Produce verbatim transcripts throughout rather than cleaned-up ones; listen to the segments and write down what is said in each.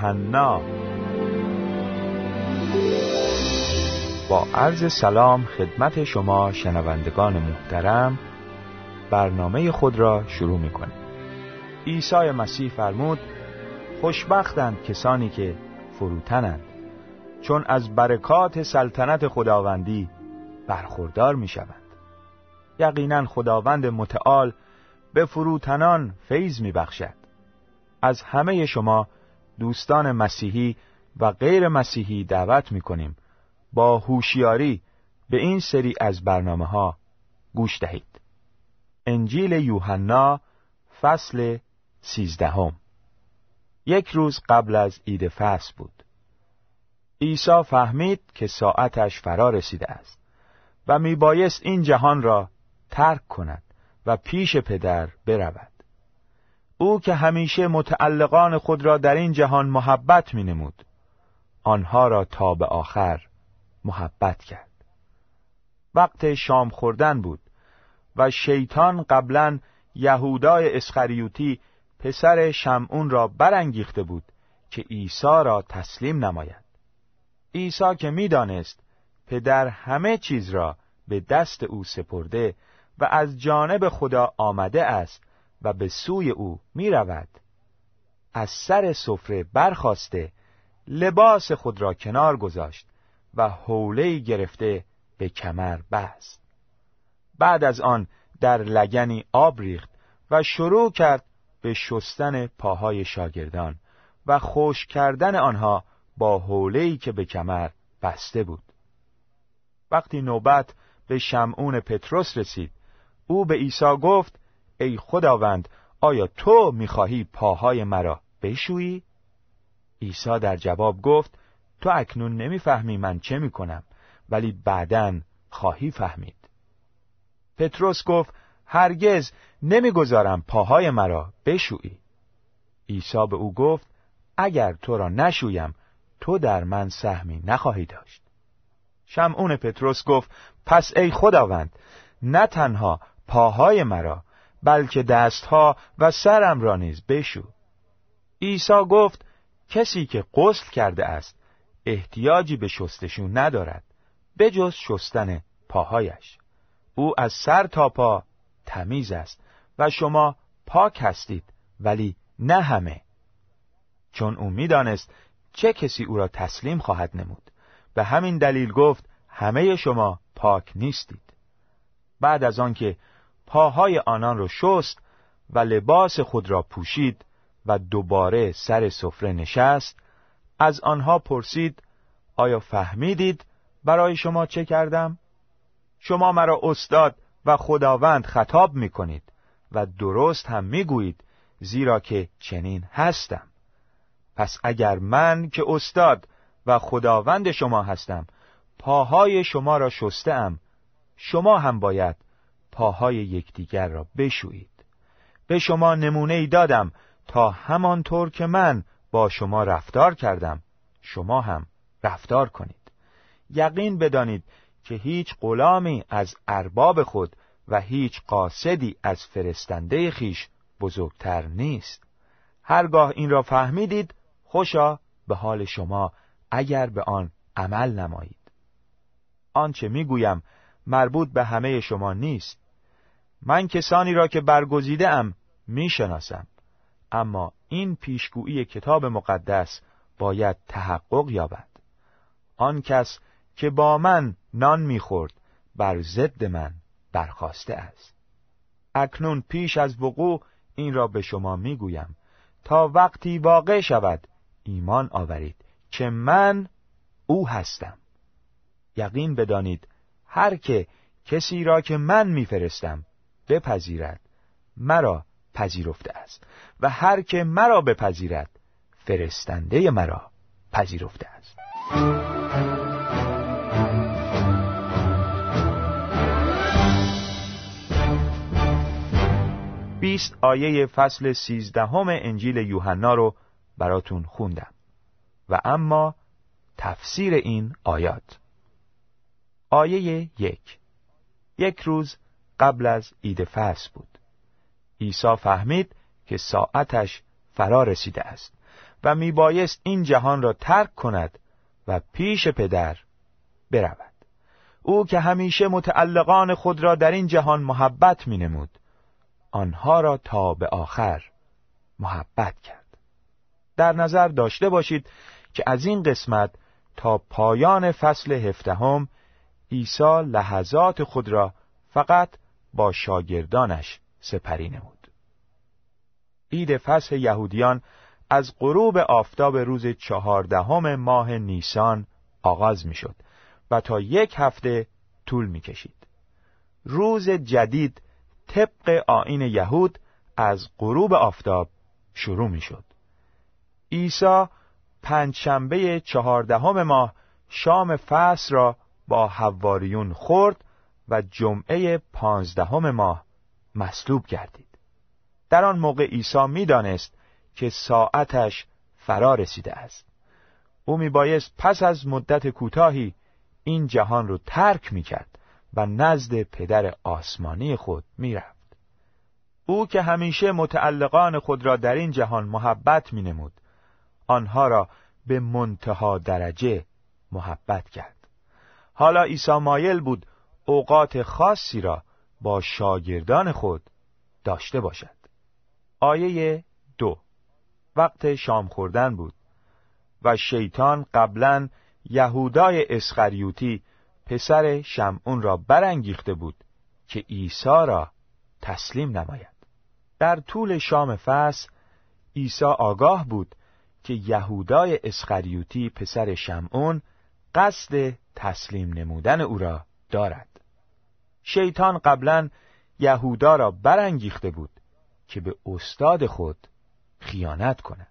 یوحنا. با عرض سلام خدمت شما شنوندگان محترم، برنامه خود را شروع می‌کنیم. عیسی مسیح فرمود: خوشبختند کسانی که فروتنند، چون از برکات سلطنت خداوندی برخوردار می‌شوند. یقیناً خداوند متعال به فروتنان فیض می‌بخشد. از همه شما دوستان مسیحی و غیر مسیحی دعوت می‌کنیم با هوشیاری به این سری از برنامه‌ها گوش دهید. انجیل یوحنا فصل سیزدهم. یک روز قبل از عید فصح بود. عیسی فهمید که ساعتش فرا رسیده است و میبایست این جهان را ترک کند و پیش پدر برود. او که همیشه متعلقان خود را در این جهان محبت می‌نمود، آنها را تا به آخر محبت کرد. وقت شام خوردن بود و شیطان قبلاً یهودای اسخریوطی پسر شمعون را برانگیخته بود که عیسی را تسلیم نماید. عیسی که می‌دانست پدر همه چیز را به دست او سپرده و از جانب خدا آمده است و به سوی او می رود، از سر سفره برخاسته لباس خود را کنار گذاشت و حوله‌ای گرفته به کمر بست. بعد از آن در لگنی آب ریخت و شروع کرد به شستن پاهای شاگردان و خشک کردن آنها با حوله‌ای که به کمر بسته بود. وقتی نوبت به شمعون پطرس رسید، او به عیسی گفت: ای خداوند، آیا تو می‌خواهی پاهای مرا بشویی؟ عیسی در جواب گفت: تو اکنون نمی‌فهمی من چه می‌کنم، ولی بعداً خواهی فهمید. پطرس گفت: هرگز نمی‌گذارم پاهای مرا بشویی. عیسی به او گفت: اگر تو را نشویم، تو در من سهمی نخواهی داشت. شمعون پطرس گفت: پس ای خداوند، نه تنها پاهای مرا، بلکه دستها و سرم را نیز بشو. عیسی گفت: کسی که غسل کرده است احتیاجی به شستشو ندارد بجز شستن پاهایش. او از سر تا پا تمیز است و شما پاک هستید، ولی نه همه. چون او می‌دانست چه کسی او را تسلیم خواهد نمود، به همین دلیل گفت: همه شما پاک نیستید. بعد از آنکه پاهای آنان را شست و لباس خود را پوشید و دوباره سر سفره نشست، از آنها پرسید: آیا فهمیدید برای شما چه کردم؟ شما مرا استاد و خداوند خطاب می کنید و درست هم می گویید، زیرا که چنین هستم. پس اگر من که استاد و خداوند شما هستم پاهای شما را شسته‌ام، شما هم باید پاهای یکدیگر را بشویید. به شما نمونه‌ای دادم تا همانطور که من با شما رفتار کردم شما هم رفتار کنید. یقین بدانید که هیچ غلامی از ارباب خود و هیچ قاصدی از فرستنده خیش بزرگتر نیست. هرگاه این را فهمیدید، خوشا به حال شما اگر به آن عمل نمایید. آنچه میگویم مربوط به همه شما نیست. من کسانی را که برگزیده ام میشناسم، اما این پیشگویی کتاب مقدس باید تحقق یابد. آن کس که با من نان میخورد بر ضد من برخاسته است. اکنون پیش از وقوع این را به شما میگویم تا وقتی واقع شود ایمان آورید که من او هستم. یقین بدانید هر که کسی را که من میفرستم بپذیرد مرا پذیرفته است و هر که مرا بپذیرد فرستنده مرا پذیرفته است. بیست آیه فصل سیزدهم انجیل یوحنا رو براتون خوندم و اما تفسیر این آیات. آیه یک. یک روز قبل از عید فصح بود. عیسی فهمید که ساعتش فرا رسیده است و میبایست این جهان را ترک کند و پیش پدر برود. او که همیشه متعلقان خود را در این جهان محبت مینمود، آنها را تا به آخر محبت کرد. در نظر داشته باشید که از این قسمت تا پایان فصل هفدهم عیسی لحظات خود را فقط با شاگردانش سپری نمود. عید فصح یهودیان از غروب آفتاب روز چهاردهم ماه نیسان آغاز می شد و تا یک هفته طول می کشید. روز جدید طبق آیین یهود از غروب آفتاب شروع می شد. عیسی پنجشنبه چهاردهم ماه شام فصح را با حواریون خورد و جمعه پانزدهم ماه مصلوب گردید. در آن موقع عیسی می دانست که ساعتش فرا رسیده است. او می بایست پس از مدت کوتاهی این جهان رو ترک می کرد و نزد پدر آسمانی خود می رفت. او که همیشه متعلقان خود را در این جهان محبت می نمود، آنها را به منتها درجه محبت کرد. حالا عیسی مایل بود اوقات خاصی را با شاگردان خود داشته باشد. آیه دو، وقت شام خوردن بود و شیطان قبلا یهودای اسخریوتی پسر شمعون را برانگیخته بود که عیسی را تسلیم نماید. در طول شام فصح عیسی آگاه بود که یهودای اسخریوتی پسر شمعون قصد تسلیم نمودن او را دارد. شیطان قبلا یهودا را برانگیخته بود که به استاد خود خیانت کند.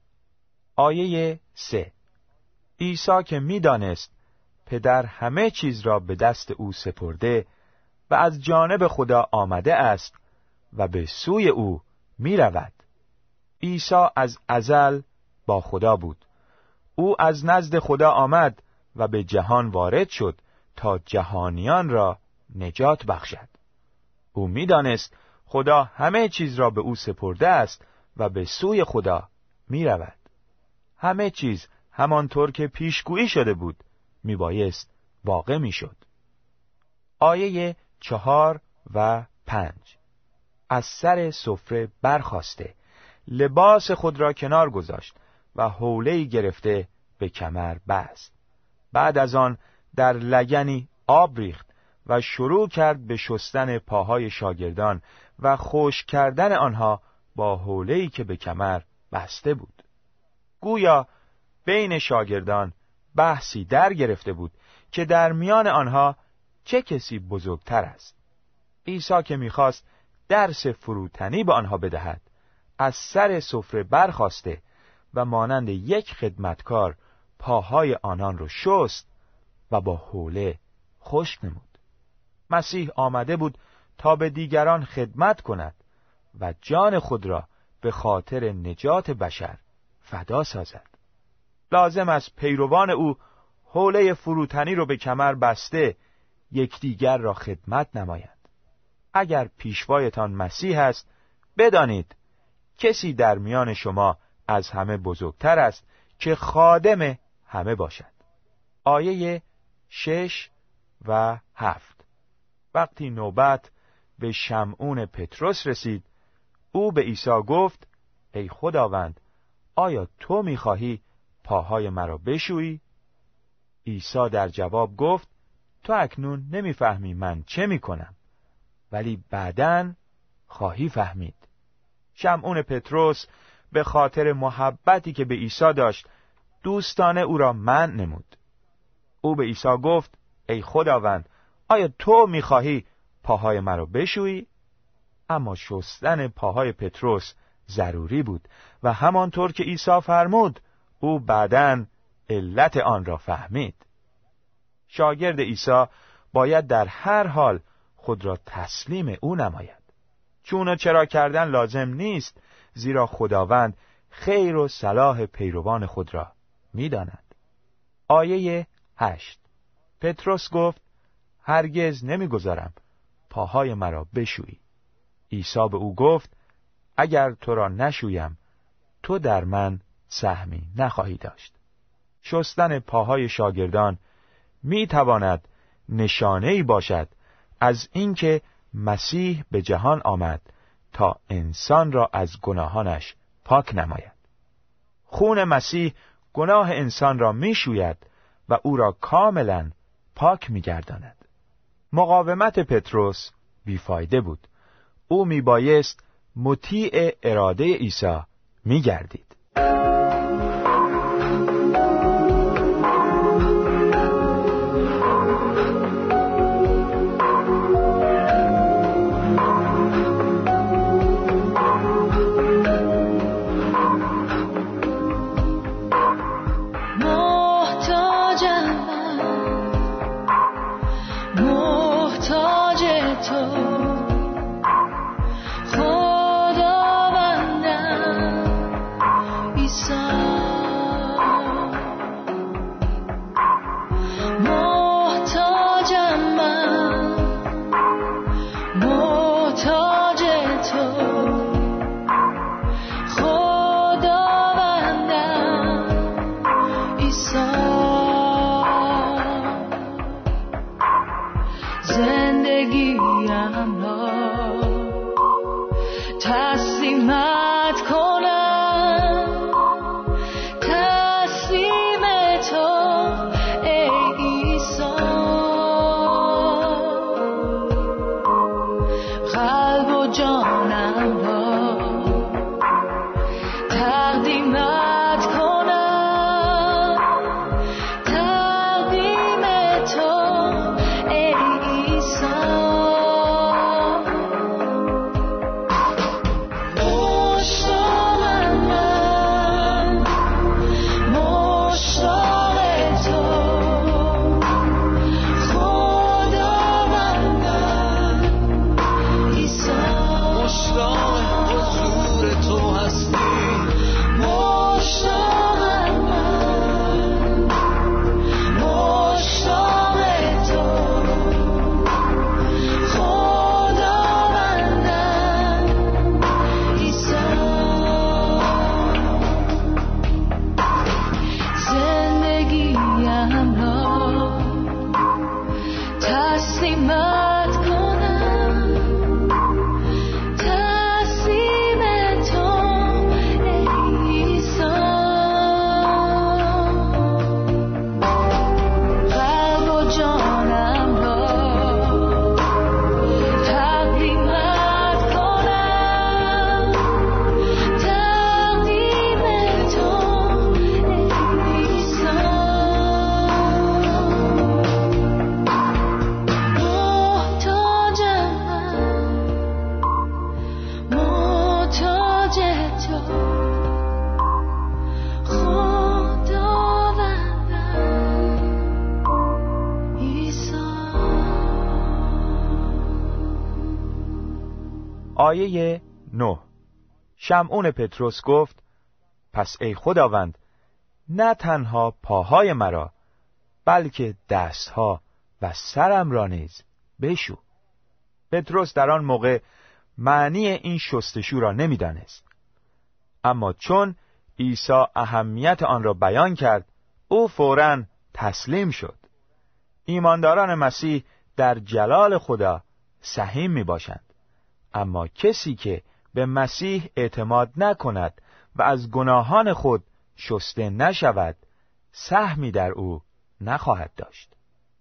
آیه سه، عیسی که می دانست پدر همه چیز را به دست او سپرده و از جانب خدا آمده است و به سوی او می رود. عیسی از ازل با خدا بود. او از نزد خدا آمد و به جهان وارد شد تا جهانیان را نجات بخشد. او می دانست خدا همه چیز را به او سپرده است و به سوی خدا می رود. همه چیز همانطور که پیشگویی شده بود می بایست واقع می شد. آیه چهار و پنج، از سر سفره برخاسته لباس خود را کنار گذاشت و حوله‌ای گرفته به کمر بست. بعد از آن در لگنی آب ریخت و شروع کرد به شستن پاهای شاگردان و خشک کردن آنها با حوله‌ای که به کمر بسته بود. گویا بین شاگردان بحثی در گرفته بود که در میان آنها چه کسی بزرگتر است. عیسی که می‌خواست درس فروتنی به آنها بدهد، از سر سفره برخاسته و مانند یک خدمتکار پاهای آنان را شست و با حوله خشک نمود. مسیح آمده بود تا به دیگران خدمت کند و جان خود را به خاطر نجات بشر فدا سازد. لازم است پیروان او حوله فروتنی رو به کمر بسته یکدیگر را خدمت نمایند. اگر پیشوایتان مسیح است، بدانید کسی در میان شما از همه بزرگتر است که خادم همه باشد. آیه شش و هفت، وقتی نوبت به شمعون پتروس رسید، او به عیسی گفت: ای خداوند، آیا تو می‌خواهی پاهای مرا بشویی؟ عیسی در جواب گفت: تو اکنون نمی‌فهمی من چه می‌کنم، ولی بعداً خواهی فهمید. شمعون پتروس به خاطر محبتی که به عیسی داشت دوستانه او را منع نمود. او به عیسی گفت: ای خداوند، آیا تو می‌خواهی پاهای مرا بشویی؟ اما شستن پاهای پتروس ضروری بود و همانطور که عیسی فرمود او بعداً علت آن را فهمید. شاگرد عیسی باید در هر حال خود را تسلیم او نماید. چون و چرا کردن لازم نیست، زیرا خداوند خیر و صلاح پیروان خود را می‌داند. آیه هشت، پتروس گفت: هرگز نمی‌گذارم پاهای مرا بشویی. عیسی به او گفت: اگر تو را نشویم، تو در من سهمی نخواهی داشت. شستن پاهای شاگردان می تواند نشانه‌ای باشد از اینکه مسیح به جهان آمد تا انسان را از گناهانش پاک نماید. خون مسیح گناه انسان را می شوید و او را کاملا پاک می گرداند. مقاومت پتروس بیفایده بود. او می بایست مطیع اراده عیسی می گردید. آیه نه. شمعون پتروس گفت: پس ای خداوند، نه تنها پاهای مرا بلکه دستها و سرم را نیز بشو. پتروس در آن موقع معنی این شستشو را نمی‌دانست، اما چون عیسی اهمیت آن را بیان کرد، او فوراً تسلیم شد. ایمانداران مسیح در جلال خدا سهیم میباشند، اما کسی که به مسیح اعتماد نکند و از گناهان خود شسته نشود، سهمی در او نخواهد داشت.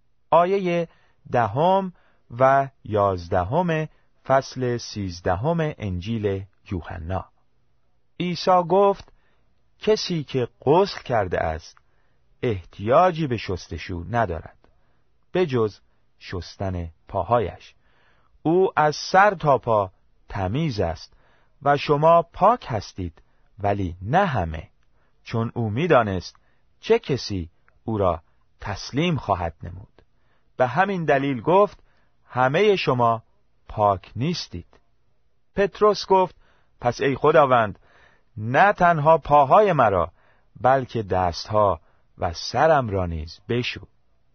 آیه دهم و یازدهم فصل سیزدهم انجیل یوحنا. عیسی گفت: کسی که غسل کرده است احتیاجی به شستشو ندارد به جز شستن پاهایش. او از سر تا پا تمیز است و شما پاک هستید، ولی نه همه، چون او می‌دانست چه کسی او را تسلیم خواهد نمود. به همین دلیل گفت: همه شما پاک نیستید. پتروس گفت: پس ای خداوند، نه تنها پاهای مرا بلکه دستها و سرم را نیز بشو.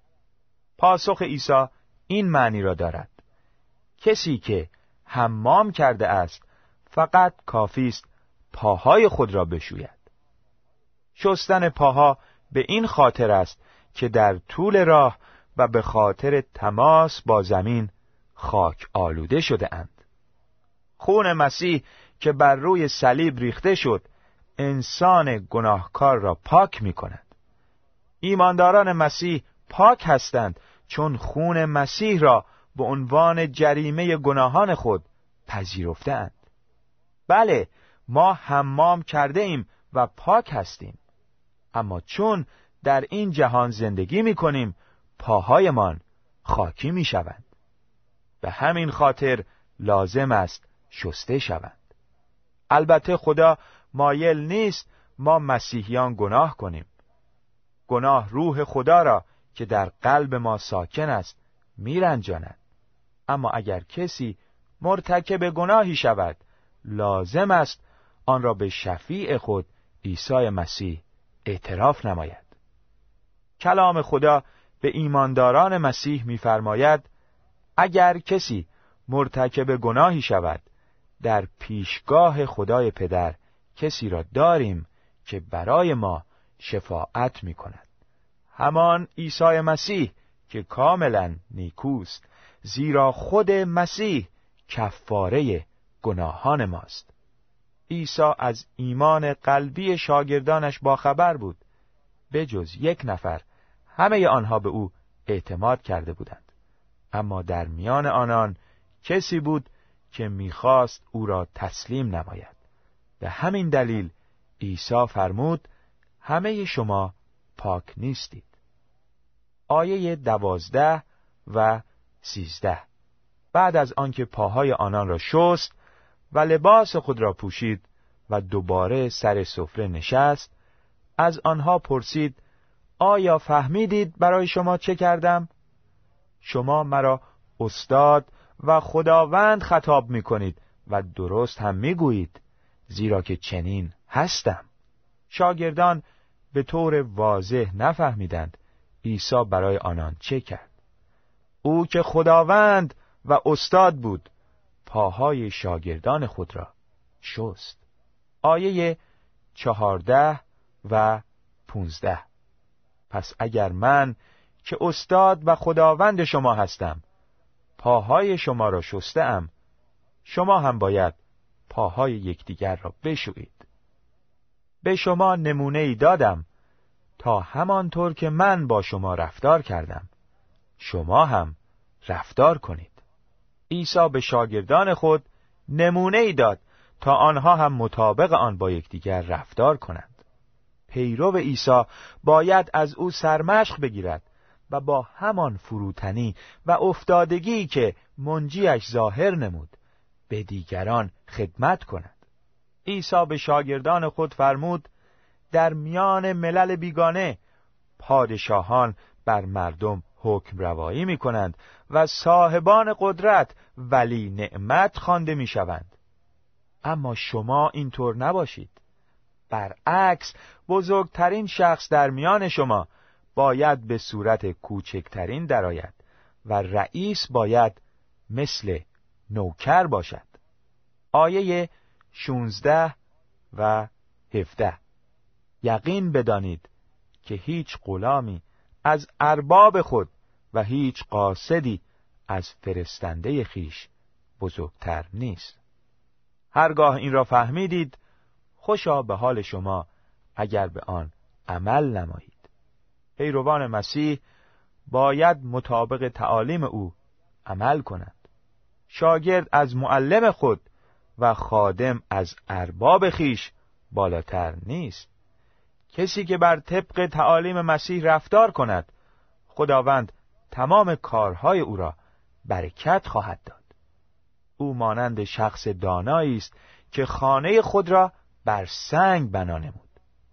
پاسخ عیسی این معنی را دارد: کسی که حمام کرده است فقط کافی است پاهای خود را بشوید. شستن پاها به این خاطر است که در طول راه و به خاطر تماس با زمین خاک آلوده شده اند. خون مسیح که بر روی صلیب ریخته شد انسان گناهکار را پاک می کند. ایمانداران مسیح پاک هستند چون خون مسیح را به عنوان جریمه گناهان خود پذیرفته اند. بله، ما حمام کرده ایم و پاک هستیم، اما چون در این جهان زندگی می کنیم پاهایمان خاکی می شوند. به همین خاطر لازم است شسته شوند. البته خدا مایل نیست ما مسیحیان گناه کنیم. گناه روح خدا را که در قلب ما ساکن است میرنجاند. اما اگر کسی مرتکب گناهی شود لازم است آن را به شفیع خود عیسی مسیح اعتراف نماید. کلام خدا به ایمانداران مسیح می‌فرماید اگر کسی مرتکب گناهی شود در پیشگاه خدای پدر کسی را داریم که برای ما شفاعت می‌کند، همان عیسی مسیح که کاملا نیکوست، زیرا خود مسیح کفاره گناهان ماست. عیسی از ایمان قلبی شاگردانش باخبر بود. به جز یک نفر همه آنها به او اعتماد کرده بودند، اما در میان آنان کسی بود که میخواست او را تسلیم نماید. به همین دلیل عیسی فرمود همه شما پاک نیستید. آیه دوازده و سیزده. بعد از آنکه پاهای آنان را شست و لباس خود را پوشید و دوباره سر سفره نشست، از آنها پرسید آیا فهمیدید برای شما چه کردم؟ شما مرا استاد و خداوند خطاب می کنید و درست هم می گویید، زیرا که چنین هستم. شاگردان به طور واضح نفهمیدند عیسی برای آنان چه کرد. او که خداوند و استاد بود پاهای شاگردان خود را شست. آیه چهارده و پونزده. پس اگر من که استاد و خداوند شما هستم پاهای شما را شسته‌ام، شما هم باید پاهای یکدیگر را بشویید. به شما نمونه‌ای دادم تا همانطور که من با شما رفتار کردم شما هم رفتار کنید. عیسی به شاگردان خود نمونه‌ای داد تا آنها هم مطابق آن با یکدیگر رفتار کنند. پیرو عیسی باید از او سرمشق بگیرد و با همان فروتنی و افتادگی که منجیش ظاهر نمود به دیگران خدمت کند. عیسی به شاگردان خود فرمود در میان ملل بیگانه پادشاهان بر مردم حکم روایی می کنند و صاحبان قدرت ولی نعمت خوانده می شوند. اما شما اینطور نباشید. برعکس بزرگترین شخص در میان شما باید به صورت کوچکترین درآید و رئیس باید مثل نوکر باشد. آیه شانزده و هفده. یقین بدانید که هیچ غلامی از ارباب خود و هیچ قاصدی از فرستنده خیش بزرگتر نیست. هرگاه این را فهمیدید خوشا به حال شما اگر به آن عمل نمایید. پیروان مسیح باید مطابق تعالیم او عمل کنند. شاگرد از معلم خود و خادم از ارباب خیش بالاتر نیست. کسی که بر طبق تعالیم مسیح رفتار کند خداوند تمام کارهای او را برکت خواهد داد. او مانند شخص دانایی است که خانه خود را بر سنگ بنا نمود.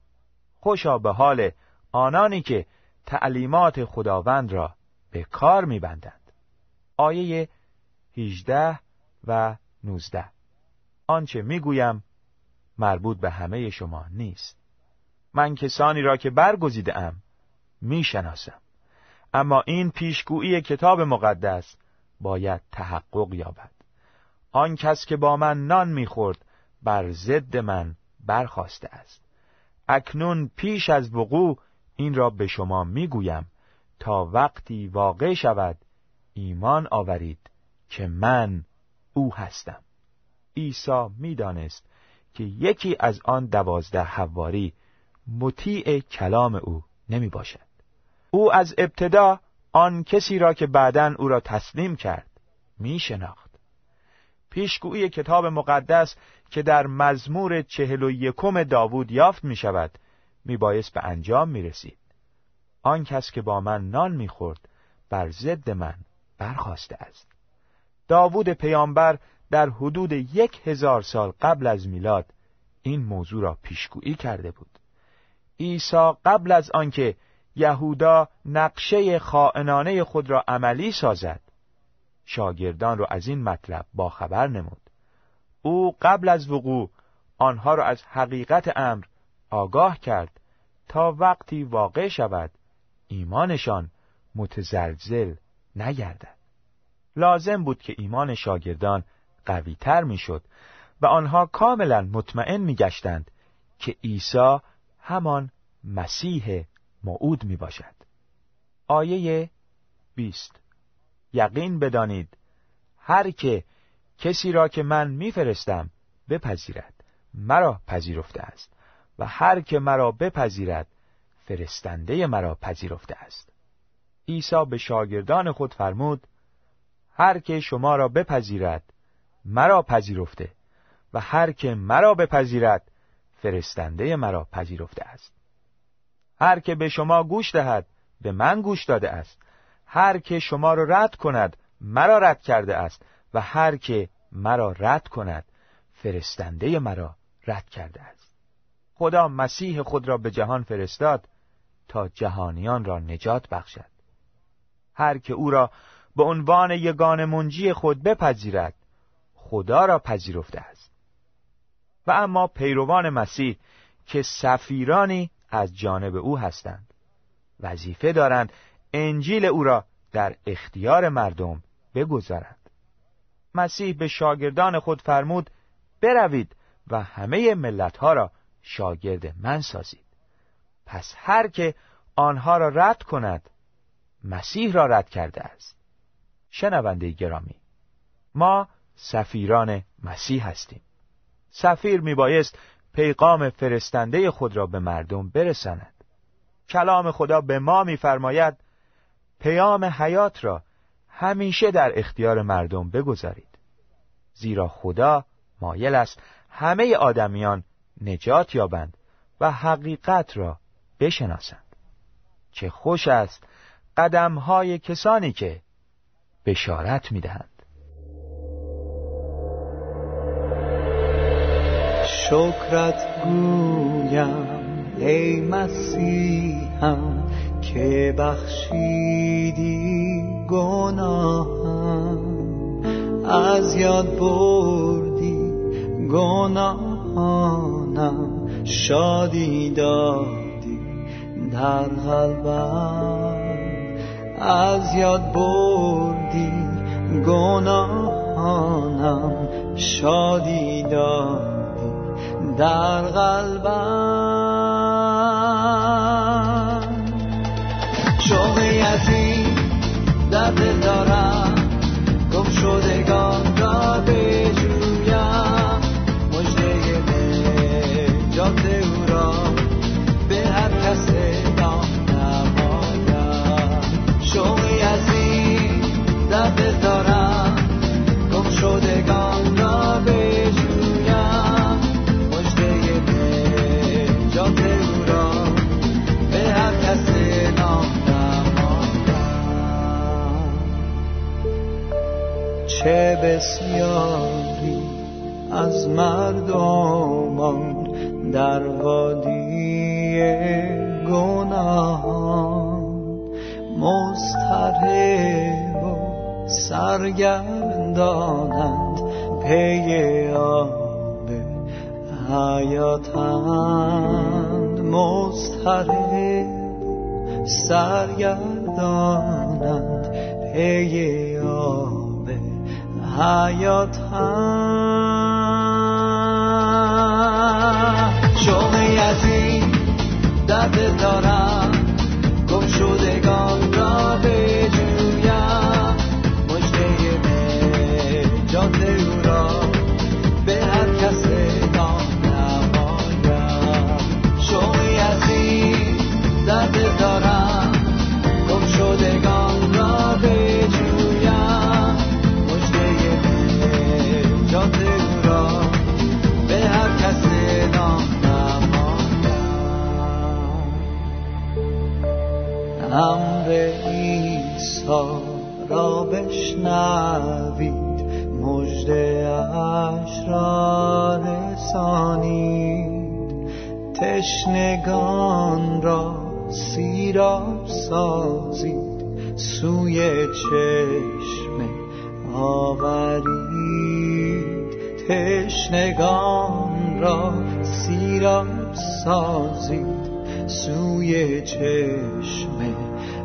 خوشا به حال آنانی که تعلیمات خداوند را به کار می‌بندند. آیه هجده و نوزده. آنچه میگویم مربوط به همه شما نیست. من کسانی را که برگزیده ام میشناسم، اما این پیشگویی کتاب مقدس باید تحقق یابد. آن کس که با من نان میخورد بر ضد من برخاسته است. اکنون پیش از وقوع این را به شما میگویم تا وقتی واقع شود ایمان آورید که من او هستم. عیسی میدانست که یکی از آن دوازده حواری مطیع کلام او نمی باشد. او از ابتدا آن کسی را که بعداً او را تسلیم کرد می شناخت. پیشگویی کتاب مقدس که در مزمور چهل و یکم داوود یافت می شود می بایست به انجام می رسید. آن کس که با من نان می خورد بر ضد من برخاسته است. داوود پیامبر در حدود یک هزار سال قبل از میلاد این موضوع را پیشگویی کرده بود. عیسی قبل از آنکه یهودا نقشه خائنانه خود را عملی سازد شاگردان را از این مطلب باخبر نمود. او قبل از وقوع آنها را از حقیقت امر آگاه کرد تا وقتی واقع شود ایمانشان متزلزل نگردد. لازم بود که ایمان شاگردان قوی تر می شد و آنها کاملا مطمئن می گشتند که عیسی همان مسیح موعود می باشد. آیه بیست: یقین بدانید هر که کسی را که من می فرستم بپذیرد مرا پذیرفته است و هر که مرا بپذیرد فرستنده مرا پذیرفته است. عیسی به شاگردان خود فرمود هر که شما را بپذیرد مرا پذیرفته و هر که مرا بپذیرد فرستنده مرا پذیرفته است. هر که به شما گوش دهد به من گوش داده است. هر که شما را رد کند مرا رد کرده است و هر که مرا رد کند فرستنده مرا رد کرده است. خدا مسیح خود را به جهان فرستاد تا جهانیان را نجات بخشد. هر که او را به عنوان یگانه منجی خود بپذیرد خدا را پذیرفته است. و اما پیروان مسیح که سفیرانی از جانب او هستند وظیفه دارند انجیل او را در اختیار مردم بگذارند. مسیح به شاگردان خود فرمود بروید و همه ملتها را شاگرد من سازید. پس هر که آنها را رد کند مسیح را رد کرده است. شنونده گرامی، ما سفیران مسیح هستیم. سفیر میبایست پیغام فرستنده خود را به مردم برساند. کلام خدا به ما میفرماید پیام حیات را همیشه در اختیار مردم بگذارید، زیرا خدا مایل است همه آدمیان نجات یابند و حقیقت را بشناسند. چه خوش است قدم‌های کسانی که بشارت می‌دهند. شکرت گویم ای مسیحم که بخشیدی گناهم، از یاد بردی گناهانم، شادی دادی در قلبم، از یاد بردی گناهانم، شادی دادی در قلبم. شوق یتیم در دل دارم، گم شدگان را بجویم، مژده نجات او را به هر کس اعلام نمایم. شوق یتیم در دل دارم، گم شدگان را بجویم، مژده نجات او را به هر کس اعلام نمایم. چه بسیاری از مردمان در وادی گناهان، مضطرب و سرگردانند، پی آب حیاتند. مضطرب سرگردانند، پی آب حیاتند. شوق یتیم تا بشنوید مژده اش را رسانید. تشنگان را سیراب سازید، سوی چشمه آورید. تشنگان را سیراب سازید، سوی چشمه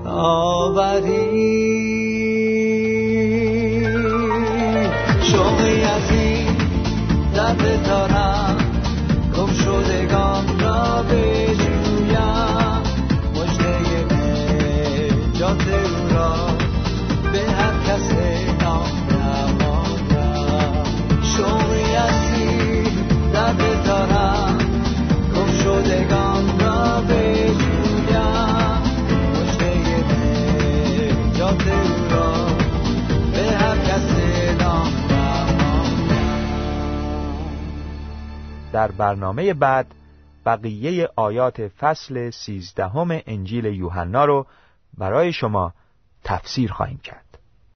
آورید. شوقی از این درد دارم، گم شدگان را بجویم. مژده نجات او را به هر کس اعلام نمایم. شوقی از این درد دارم، گم شدگان را بجویم. مژده نجات او را به هر کس اعلام نمایم. در برنامه بعد بقیه آیات فصل سیزدهم انجیل یوحنا رو برای شما تفسیر خواهیم کرد.